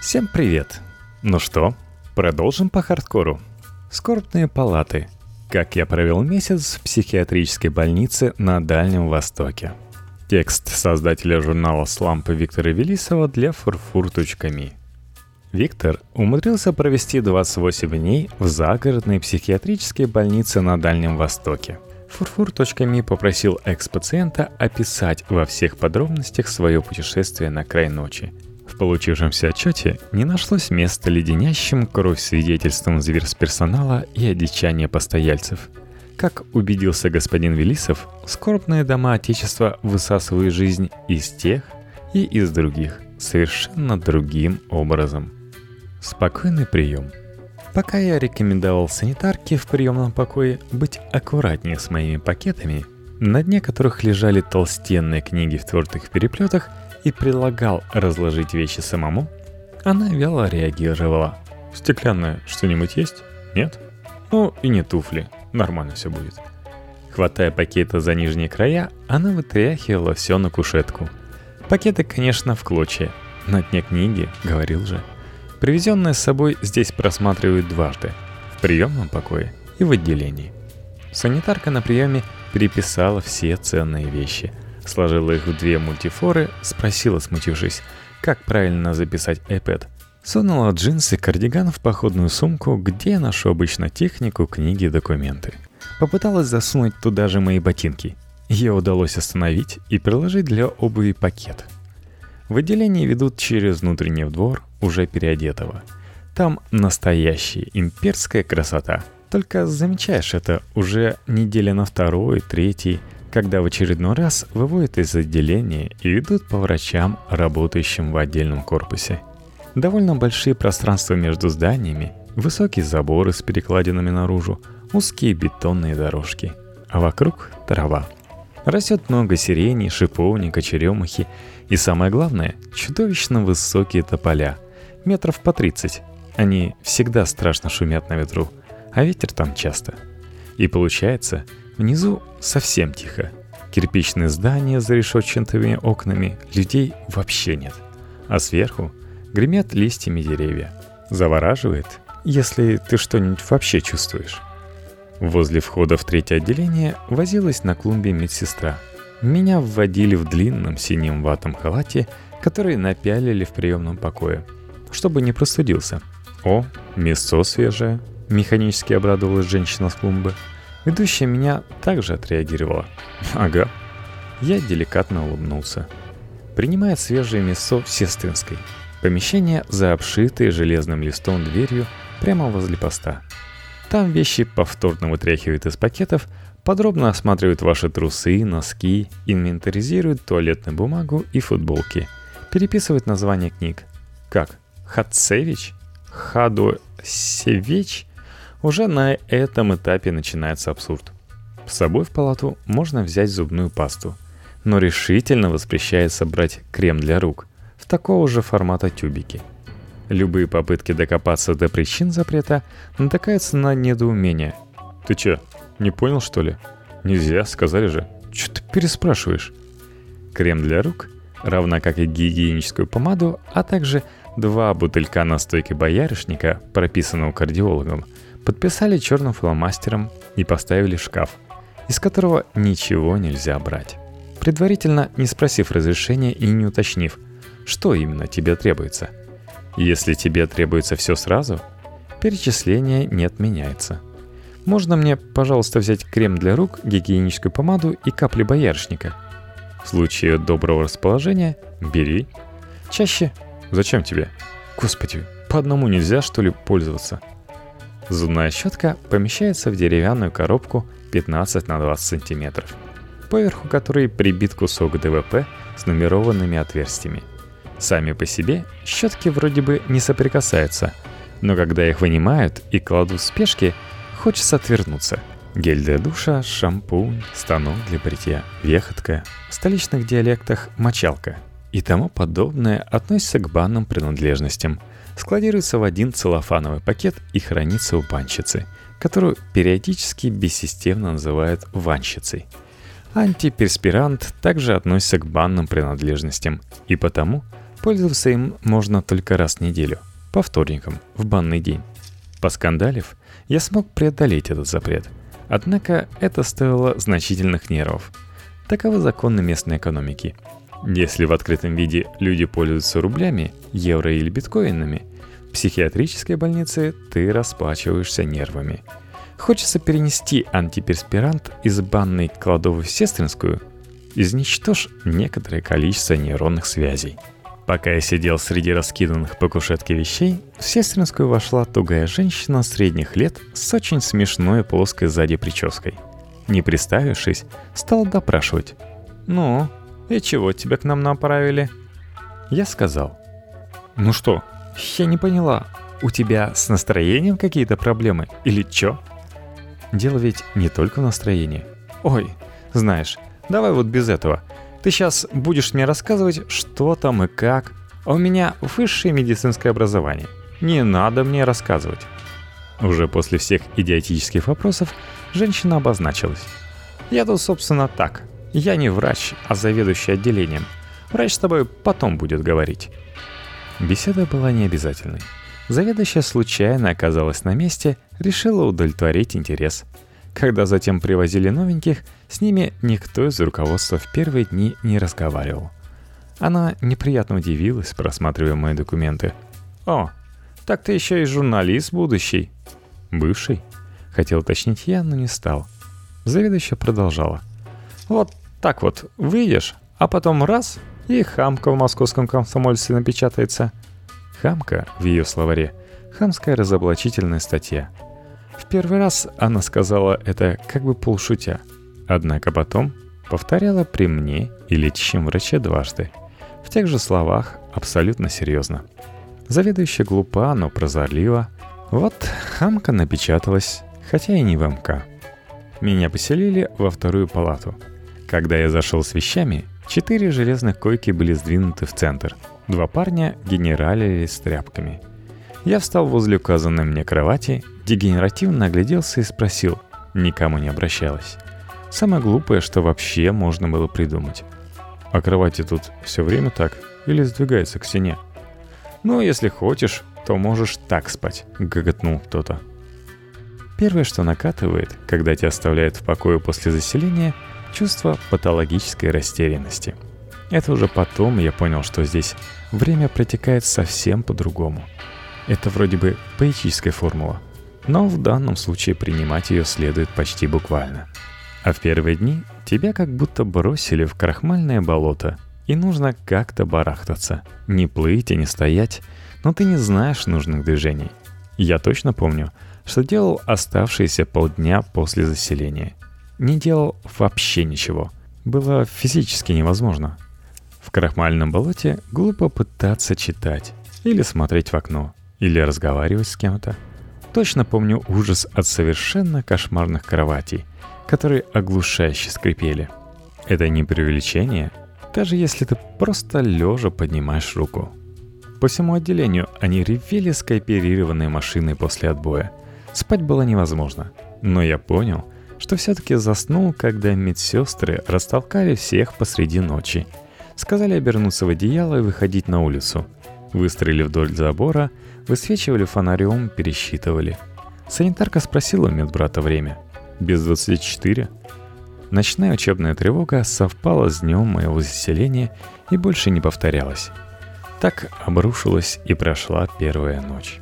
Всем привет! Ну что, продолжим по хардкору. Скорбные палаты. Как я провел месяц в психиатрической больнице на Дальнем Востоке. Текст создателя журнала «Слампы» Виктора Велисова для furfur.me. Виктор умудрился провести 28 дней в загородной психиатрической больнице на Дальнем Востоке. furfur.me попросил экс-пациента описать во всех подробностях свое путешествие на край ночи. В получившемся отчете не нашлось места леденящим кровь свидетельством зверсперсонала и одичания постояльцев. Как убедился господин Велисов, скорбные дома Отечества высасывают жизнь из тех и из других совершенно другим образом. Спокойный прием. Пока я рекомендовал санитарке в приемном покое быть аккуратнее с моими пакетами, на дне которых лежали толстенные книги в твердых переплетах, и предлагал разложить вещи самому, она вяло реагировала. «Стеклянное что-нибудь есть? Нет? Ну и не туфли, нормально все будет». Хватая пакеты за нижние края, она вытряхивала все на кушетку. Пакеты, конечно, в клочья. На дне книги, говорил же. Привезенные с собой здесь просматривают дважды. В приемном покое и в отделении. Санитарка на приеме переписала все ценные вещи. Сложила их в 2 мультифоры, спросила, смутившись, как правильно записать iPad. Сунула джинсы и кардиган в походную сумку, где я ношу обычно технику, книги и документы. Попыталась засунуть туда же мои ботинки. Ее удалось остановить и приложить для обуви пакет. В отделении ведут через внутренний двор, уже переодетого. Там настоящая имперская красота. Только замечаешь это уже неделя на 2-й, 3-й, когда в очередной раз выводят из отделения и ведут по врачам, работающим в отдельном корпусе. Довольно большие пространства между зданиями, высокие заборы с перекладинами наружу, узкие бетонные дорожки, а вокруг трава. Растет много сирени, шиповника, черемухи и, самое главное, чудовищно высокие тополя, метров по 30. Они всегда страшно шумят на ветру, а ветер там часто. И получается, внизу совсем тихо. Кирпичные здания с зарешетчатыми окнами, людей вообще нет. А сверху гремят листьями деревья. Завораживает, если ты что-нибудь вообще чувствуешь. Возле входа в 3-е отделение возилась на клумбе медсестра. Меня вводили в длинном синем ватном халате, который напялили в приемном покое, чтобы не простудился. «О, мясо свежее!» — механически обрадовалась женщина с клумбы. Ведущая меня также отреагировала. «Ага». Я деликатно улыбнулся. Принимает свежее мясо в сестринской. Помещение за обшитой железным листом дверью прямо возле поста. Там вещи повторно вытряхивают из пакетов, подробно осматривают ваши трусы, носки, инвентаризируют туалетную бумагу и футболки. Переписывают названия книг. Как? Хацевич? Хадосевич? Уже на этом этапе начинается абсурд. С собой в палату можно взять зубную пасту, но решительно воспрещается брать крем для рук в такого же формата тюбики. Любые попытки докопаться до причин запрета натыкаются на недоумение. «Ты чё, не понял, что ли? Нельзя, сказали же. Чё ты переспрашиваешь?» Крем для рук, равно как и гигиеническую помаду, а также 2 бутылька настойки боярышника, прописанного кардиологом, подписали черным фломастером и поставили в шкаф, из которого ничего нельзя брать, предварительно не спросив разрешения и не уточнив, что именно тебе требуется. Если тебе требуется все сразу, перечисление не отменяется. «Можно мне, пожалуйста, взять крем для рук, гигиеническую помаду и капли боярышника?» В случае доброго расположения бери. Чаще «Зачем тебе?» «Господи, по одному нельзя, что ли, пользоваться?» Зубная щетка помещается в деревянную коробку 15 на 20 сантиметров, поверху которой прибит кусок ДВП с нумерованными отверстиями. Сами по себе щетки вроде бы не соприкасаются, но когда их вынимают и кладут в спешке, хочется отвернуться. Гель для душа, шампунь, станок для бритья, вехотка, в столичных диалектах мочалка и тому подобное относится к банным принадлежностям. Складируется в один целлофановый пакет и хранится у банщицы, которую периодически бессистемно называют ванщицей. Антиперспирант также относится к банным принадлежностям и потому Пользоваться им можно только раз в неделю, по вторникам, в банный день. Поскандалив, я смог преодолеть этот запрет. Однако это стоило значительных нервов. Таковы законы местной экономики. Если в открытом виде люди пользуются рублями, евро или биткоинами, в психиатрической больнице ты расплачиваешься нервами. Хочется перенести антиперспирант из банной кладовой в сестринскую, изничтожь некоторое количество нейронных связей. Пока я сидел среди раскиданных по кушетке вещей, в сестринскую вошла тугая женщина средних лет с очень смешной плоской сзади прической. Не представившись, стал допрашивать. «Ну, и чего тебя к нам направили?» Я сказал. «Ну что, я не поняла, у тебя с настроением какие-то проблемы или чё?» Дело ведь не только в настроении. «Ой, знаешь, давай вот без этого. Ты сейчас будешь мне рассказывать, что там и как. А у меня высшее медицинское образование. Не надо мне рассказывать». Уже после всех идиотических вопросов женщина обозначилась. «Я тут, собственно, так. Я не врач, а заведующий отделением. Врач с тобой потом будет говорить». Беседа была необязательной. Заведующая случайно оказалась на месте, решила удовлетворить интерес. Когда затем привозили новеньких, с ними никто из руководства в первые дни не разговаривал. Она неприятно удивилась, просматривая мои документы. «О, так ты еще и журналист будущий». «Бывший?» — хотел уточнить я, но не стал. Заведующая продолжала. «Вот так вот выйдешь, а потом раз — и хамка в московском комсомольце напечатается». Хамка в ее словаре — хамская разоблачительная статья. В первый раз она сказала это как бы полшутя, однако потом повторяла при мне и лечащем враче дважды. В тех же словах абсолютно серьезно. Заведующая глупа, но прозорлива. Вот хамка напечаталась, хотя и не в МК. Меня поселили во вторую палату. Когда я зашел с вещами, 4 железных койки были сдвинуты в центр. 2 парня генералили с тряпками. Я встал возле указанной мне кровати, дегенеративно огляделся и спросил, никому не обращалась. Самое глупое, что вообще можно было придумать. «А кровати тут все время так или сдвигается к стене?» «Ну, если хочешь, то можешь так спать», — гоготнул кто-то. Первое, что накатывает, когда тебя оставляют в покое после заселения — чувство патологической растерянности. Это уже потом я понял, что здесь время протекает совсем по-другому. Это вроде бы поэтическая формула, но в данном случае принимать ее следует почти буквально. А в первые дни тебя как будто бросили в крахмальное болото, и нужно как-то барахтаться. Не плыть и не стоять, но ты не знаешь нужных движений. Я точно помню, что делал оставшиеся полдня после заселения. Не делал вообще ничего. Было физически невозможно. В крахмальном болоте глупо пытаться читать, или смотреть в окно, или разговаривать с кем-то. Точно помню ужас от совершенно кошмарных кроватей, которые оглушающе скрипели. Это не преувеличение, даже если ты просто лежа поднимаешь руку. По всему отделению они ревели скооперированной машиной после отбоя. Спать было невозможно, но я понял, что все-таки заснул, когда медсестры растолкали всех посреди ночи. Сказали обернуться в одеяло и выходить на улицу. Выстроили вдоль забора, высвечивали фонарем, пересчитывали. Санитарка спросила у медбрата время. Без 24. Ночная учебная тревога совпала с днем моего заселения и больше не повторялась. Так обрушилась и прошла первая ночь.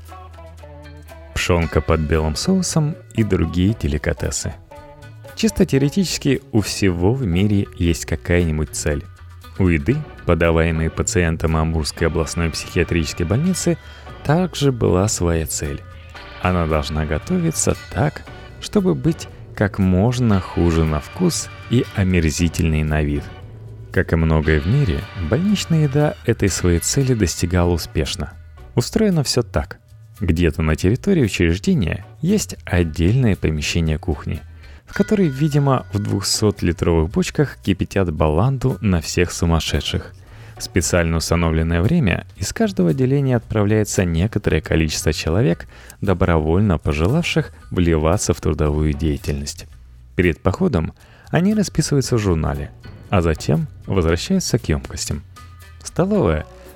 Пшенка под белым соусом и другие деликатесы. Чисто теоретически у всего в мире есть какая-нибудь цель. У еды, подаваемой пациентам Амурской областной психиатрической больницы, также была своя цель. Она должна готовиться так, чтобы быть как можно хуже на вкус и омерзительной на вид. Как и многое в мире, больничная еда этой своей цели достигала успешно. Устроено все так. Где-то на территории учреждения есть отдельное помещение кухни, в которой, видимо, в 200-литровых бочках кипятят баланду на всех сумасшедших. В специально установленное время из каждого отделения отправляется некоторое количество человек, добровольно пожелавших вливаться в трудовую деятельность. Перед походом они расписываются в журнале, а затем возвращаются к емкостям. Столовая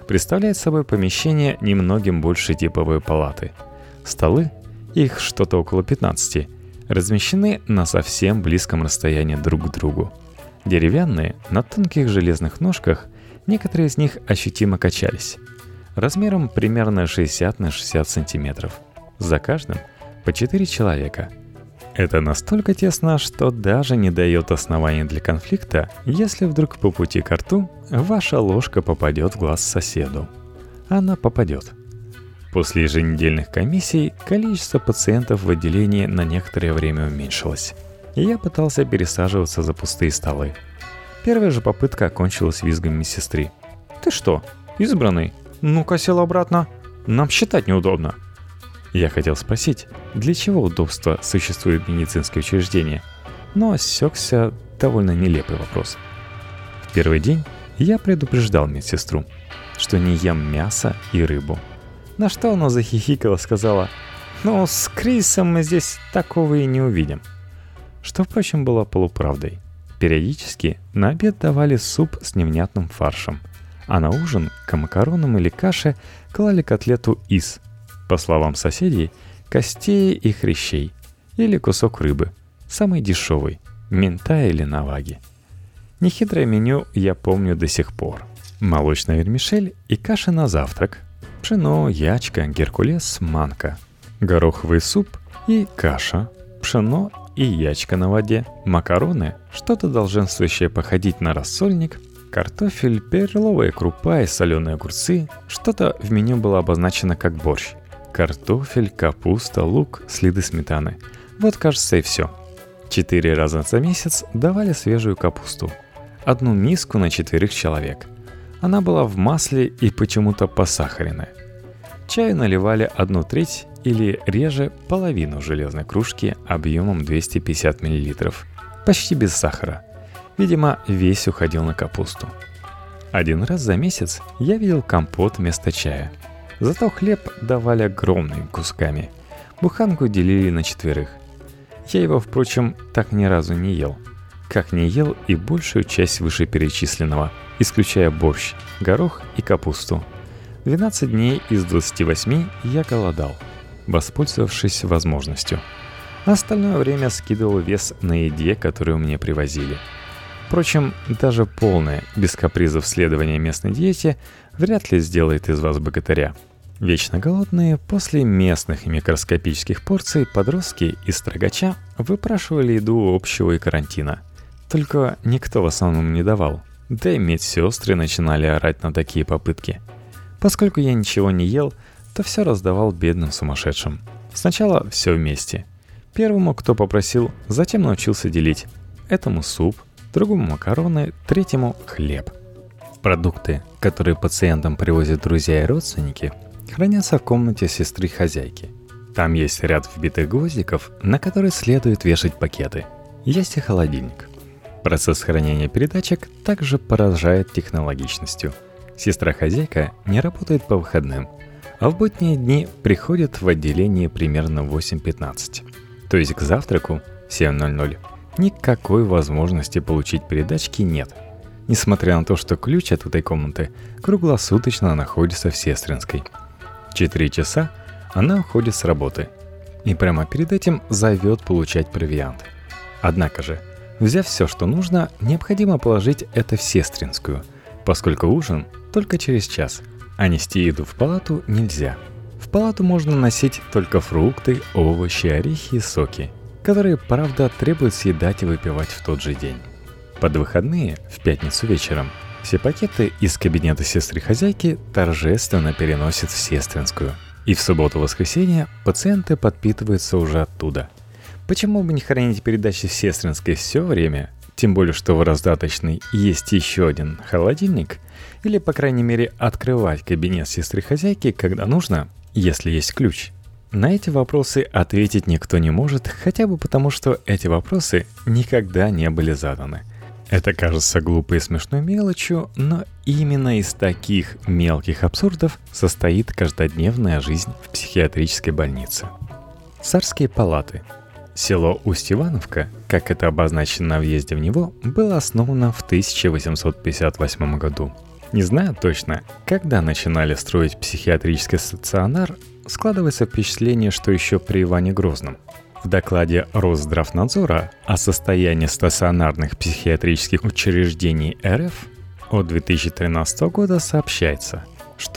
представляет собой помещение немногим больше типовой палаты. Столы, их что-то около 15, размещены на совсем близком расстоянии друг к другу. Деревянные, на тонких железных ножках, некоторые из них ощутимо качались. Размером примерно 60 на 60 сантиметров. За каждым по 4 человека. Это настолько тесно, что даже не дает оснований для конфликта, если вдруг по пути к рту ваша ложка попадет в глаз соседу. Она попадет. После еженедельных комиссий количество пациентов в отделении на некоторое время уменьшилось, и я пытался пересаживаться за пустые столы. Первая же попытка окончилась визгом медсестры. «Ты что, избранный? Ну-ка сел обратно. Нам считать неудобно». Я хотел спросить, для чего удобства существует медицинское учреждение, но осекся довольно нелепый вопрос. В первый день я предупреждал медсестру, что не ем мясо и рыбу. На что она захихикала, сказала: «Ну, с кризисом мы здесь такого и не увидим». Что, впрочем, было полуправдой. Периодически на обед давали суп с невнятным фаршем, а на ужин к макаронам или каше клали котлету из, по словам соседей, костей и хрящей, или кусок рыбы, самый дешевый, минта или наваги. Нехитрое меню я помню до сих пор. Молочная вермишель и каша на завтрак, пшено, ячка, геркулес, манка, гороховый суп и каша, пшено и ячка на воде, макароны, что-то долженствующее походить на рассольник, картофель, перловая крупа и соленые огурцы, что-то в меню было обозначено как борщ. Картофель, капуста, лук, следы сметаны. Вот, кажется, и все. 4 раза за месяц давали свежую капусту. 1 миску на 4 человек. Она была в масле и почему-то посахаренная. Чаю наливали 1/3 или реже половину железной кружки объемом 250 мл. Почти без сахара. Видимо, весь уходил на капусту. 1 раз за месяц я видел компот вместо чая. Зато хлеб давали огромными кусками. Буханку делили на 4. Я его, впрочем, так ни разу не ел. Как не ел и большую часть вышеперечисленного, исключая борщ, горох и капусту. 12 дней из 28 я голодал, воспользовавшись возможностью. Остальное время скидывал вес на еде, которую мне привозили. Впрочем, даже полное, без капризов следование местной диете вряд ли сделает из вас богатыря. Вечно голодные, после местных микроскопических порций подростки из строгача выпрашивали еду общего и карантина. Только никто в основном не давал, да и медсестры начинали орать на такие попытки. Поскольку я ничего не ел, то все раздавал бедным сумасшедшим. Сначала все вместе. Первому, кто попросил, затем научился делить. Этому суп, другому макароны, третьему хлеб. Продукты, которые пациентам привозят друзья и родственники, хранятся в комнате сестры-хозяйки. Там есть ряд вбитых гвоздиков, на которые следует вешать пакеты. Есть и холодильник. Процесс хранения передачек также поражает технологичностью. Сестра-хозяйка не работает по выходным, а в будние дни приходит в отделение примерно в 8:15. То есть к завтраку в 7:00 никакой возможности получить передачки нет. Несмотря на то, что ключ от этой комнаты круглосуточно находится в Сестринской. 4 часа она уходит с работы и прямо перед этим зовет получать провиант. Однако же, взяв все, что нужно, необходимо положить это в Сестринскую, поскольку ужин только через час, а нести еду в палату нельзя. В палату можно носить только фрукты, овощи, орехи и соки, которые, правда, требует съедать и выпивать в тот же день. Под выходные, в пятницу вечером, все пакеты из кабинета сестры-хозяйки торжественно переносят в Сестринскую. И в субботу-воскресенье пациенты подпитываются уже оттуда. Почему бы не хранить передачи в Сестринской все время? Тем более, что в раздаточной есть еще один холодильник. Или, по крайней мере, открывать кабинет сестры-хозяйки, когда нужно, если есть ключ. На эти вопросы ответить никто не может, хотя бы потому, что эти вопросы никогда не были заданы. Это кажется глупой и смешной мелочью, но именно из таких мелких абсурдов состоит каждодневная жизнь в психиатрической больнице. Царские палаты. Село Усть-Ивановка, как это обозначено на въезде в него, было основано в 1858 году. Не знаю точно, когда начинали строить психиатрический стационар, складывается впечатление, что еще при Иване Грозном. В докладе Росздравнадзора о состоянии стационарных психиатрических учреждений РФ от 2013 года сообщается, что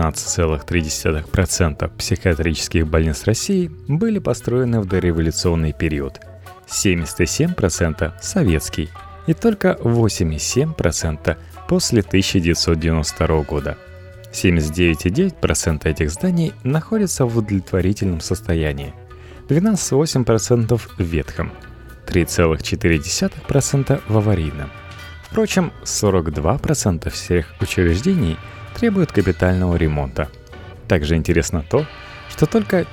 19,3% психиатрических больниц России были построены в дореволюционный период, 77% – советский и только 8,7% после 1992 года. 79,9% этих зданий находятся в удовлетворительном состоянии, 12,8% в ветхом, 3,4% в аварийном. Впрочем, 42% всех учреждений требуют капитального ремонта. Также интересно то, что только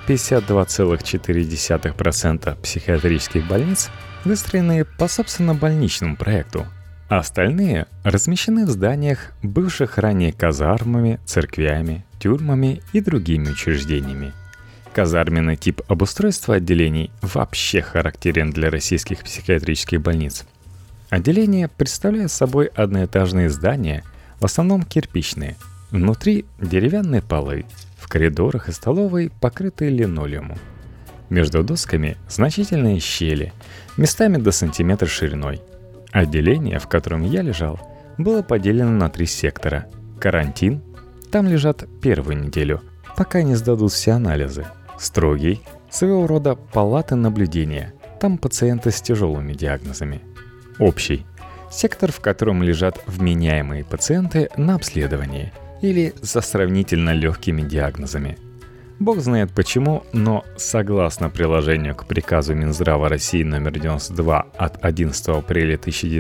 52,4% психиатрических больниц выстроены по собственно больничному проекту, а остальные размещены в зданиях, бывших ранее казармами, церквями, тюрьмами и другими учреждениями. Казарменный тип обустройства отделений вообще характерен для российских психиатрических больниц. Отделения представляют собой одноэтажные здания, в основном кирпичные. Внутри деревянные полы, в коридорах и столовой покрытые линолеумом. Между досками значительные щели, местами до сантиметра шириной. Отделение, в котором я лежал, было поделено на 3 сектора. Карантин, там лежат первую неделю, пока не сдадут все анализы. Строгий, своего рода палаты наблюдения, там пациенты с тяжелыми диагнозами. Общий, сектор, в котором лежат вменяемые пациенты на обследовании или за сравнительно легкими диагнозами. Бог знает почему, но согласно приложению к приказу Минздрава России номер 92 от 11 апреля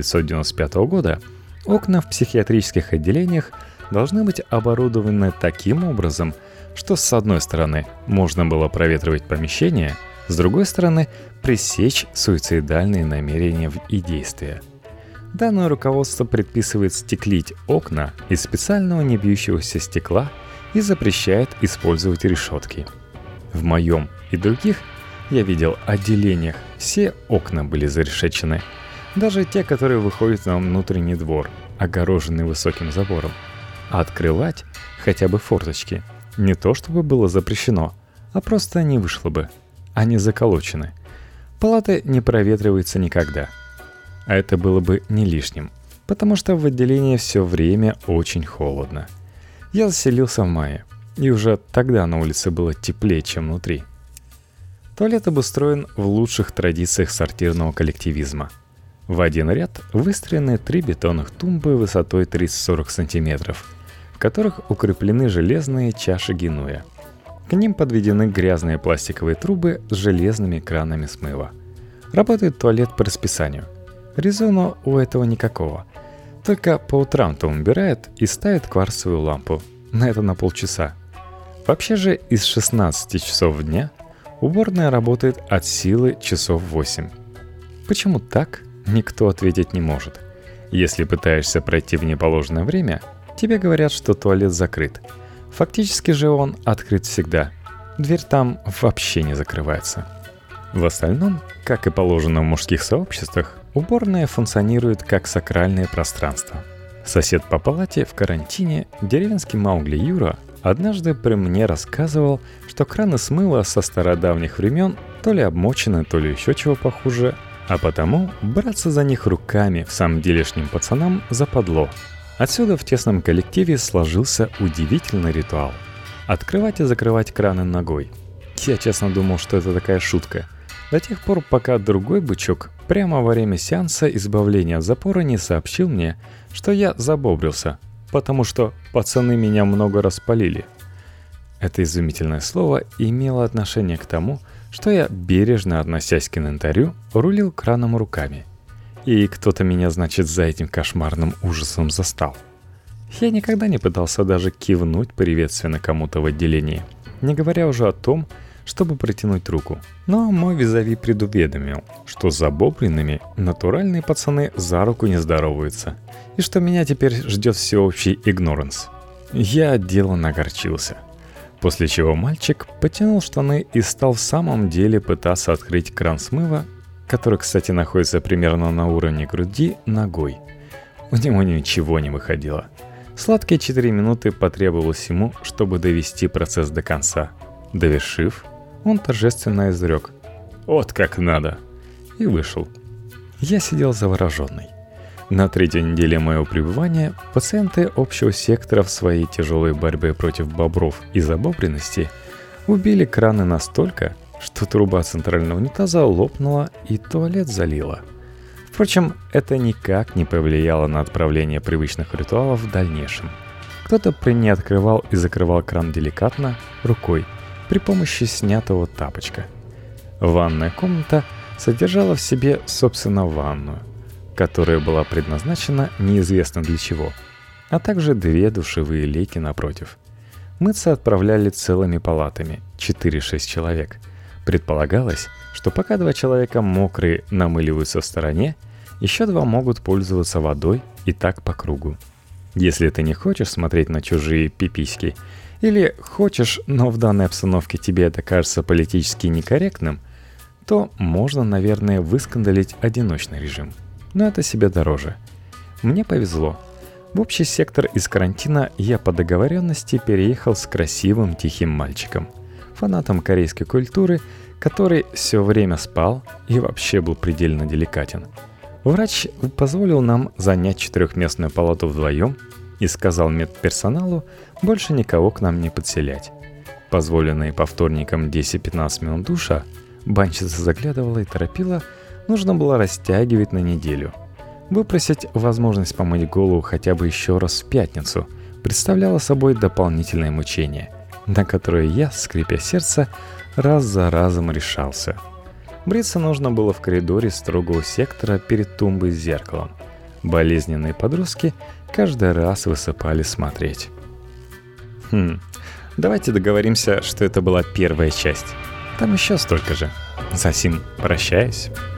1995 года, окна в психиатрических отделениях должны быть оборудованы таким образом, что с одной стороны можно было проветривать помещение, с другой стороны пресечь суицидальные намерения и действия. Данное руководство предписывает стеклить окна из специального небьющегося стекла и запрещает использовать решетки. В моем и других, я видел, отделениях все окна были зарешечены, даже те, которые выходят на внутренний двор, огороженный высоким забором. А открывать хотя бы форточки не то чтобы было запрещено, а просто не вышло бы. Они заколочены. Палаты не проветриваются никогда. А это было бы не лишним, потому что в отделении все время очень холодно. Я заселился в мае, и уже тогда на улице было теплее, чем внутри. Туалет обустроен в лучших традициях сортирного коллективизма. В один ряд выстроены 3 бетонных тумбы высотой 30-40 см, в которых укреплены железные чаши Генуя. К ним подведены грязные пластиковые трубы с железными кранами смыва. Работает туалет по расписанию. Резона у этого никакого. Только по утрам-то он убирает и ставит кварцевую лампу. На это на полчаса. Вообще же из 16 часов в дня уборная работает от силы часов 8. Почему так, никто ответить не может. Если пытаешься пройти в неположенное время, тебе говорят, что туалет закрыт. Фактически же он открыт всегда. Дверь там вообще не закрывается. В остальном, как и положено в мужских сообществах, уборная функционирует как сакральное пространство. Сосед по палате в карантине, деревенский Маугли Юра, однажды при мне рассказывал, что краны смыва со стародавних времен то ли обмочены, то ли еще чего похуже, а потому браться за них руками в самом делешним пацанам западло. Отсюда в тесном коллективе сложился удивительный ритуал – открывать и закрывать краны ногой. Я честно думал, что это такая шутка. До тех пор, пока другой бычок прямо во время сеанса избавления от запора не сообщил мне, что я забобрился, потому что пацаны меня много раз палили. Это изумительное слово имело отношение к тому, что я, бережно относясь к инвентарю, рулил краном руками. И кто-то меня, значит, за этим кошмарным ужасом застал. Я никогда не пытался даже кивнуть приветственно кому-то в отделении, не говоря уже о том, чтобы протянуть руку. Но мой визави предуведомил, что с забобренными натуральные пацаны за руку не здороваются, и что меня теперь ждет всеобщий игноранс. Я отделанно огорчился. После чего мальчик потянул штаны и стал в самом деле пытаться открыть кран смыва, который, кстати, находится примерно на уровне груди, ногой. У него ничего не выходило. Сладкие 4 минуты потребовалось ему, чтобы довести процесс до конца. Довершив, он торжественно изрек: «Вот как надо!» и вышел. Я сидел завороженный. На 3-й неделе моего пребывания пациенты общего сектора в своей тяжелой борьбе против бобров и забобренности убили краны настолько, что труба центрального унитаза лопнула и туалет залила. Впрочем, это никак не повлияло на отправление привычных ритуалов в дальнейшем. Кто-то не открывал и закрывал кран деликатно, рукой, при помощи снятого тапочка. Ванная комната содержала в себе, собственно, ванную, которая была предназначена неизвестно для чего, а также 2 душевые лейки напротив. Мыться отправляли целыми палатами, 4-6 человек. Предполагалось, что пока 2 человека мокрые намыливаются в стороне, еще 2 могут пользоваться водой и так по кругу. Если ты не хочешь смотреть на чужие пиписьки, или хочешь, но в данной обстановке тебе это кажется политически некорректным, то можно, наверное, выскандалить одиночный режим. Но это себе дороже. Мне повезло. В общий сектор из карантина я по договоренности переехал с красивым тихим мальчиком, фанатом корейской культуры, который все время спал и вообще был предельно деликатен. Врач позволил нам занять 4-местную палату вдвоем и сказал медперсоналу больше никого к нам не подселять. Позволенные по вторникам 10-15 минут душа, банщица заглядывала и торопила, нужно было растягивать на неделю. Выпросить возможность помыть голову хотя бы еще раз в пятницу представляло собой дополнительное мучение, на которое я, скрипя сердце, раз за разом решался. Бриться нужно было в коридоре строгого сектора перед тумбой с зеркалом. Болезненные подростки каждый раз высыпали смотреть. Давайте договоримся, что это была первая часть. Там еще столько же. Засим, прощаюсь.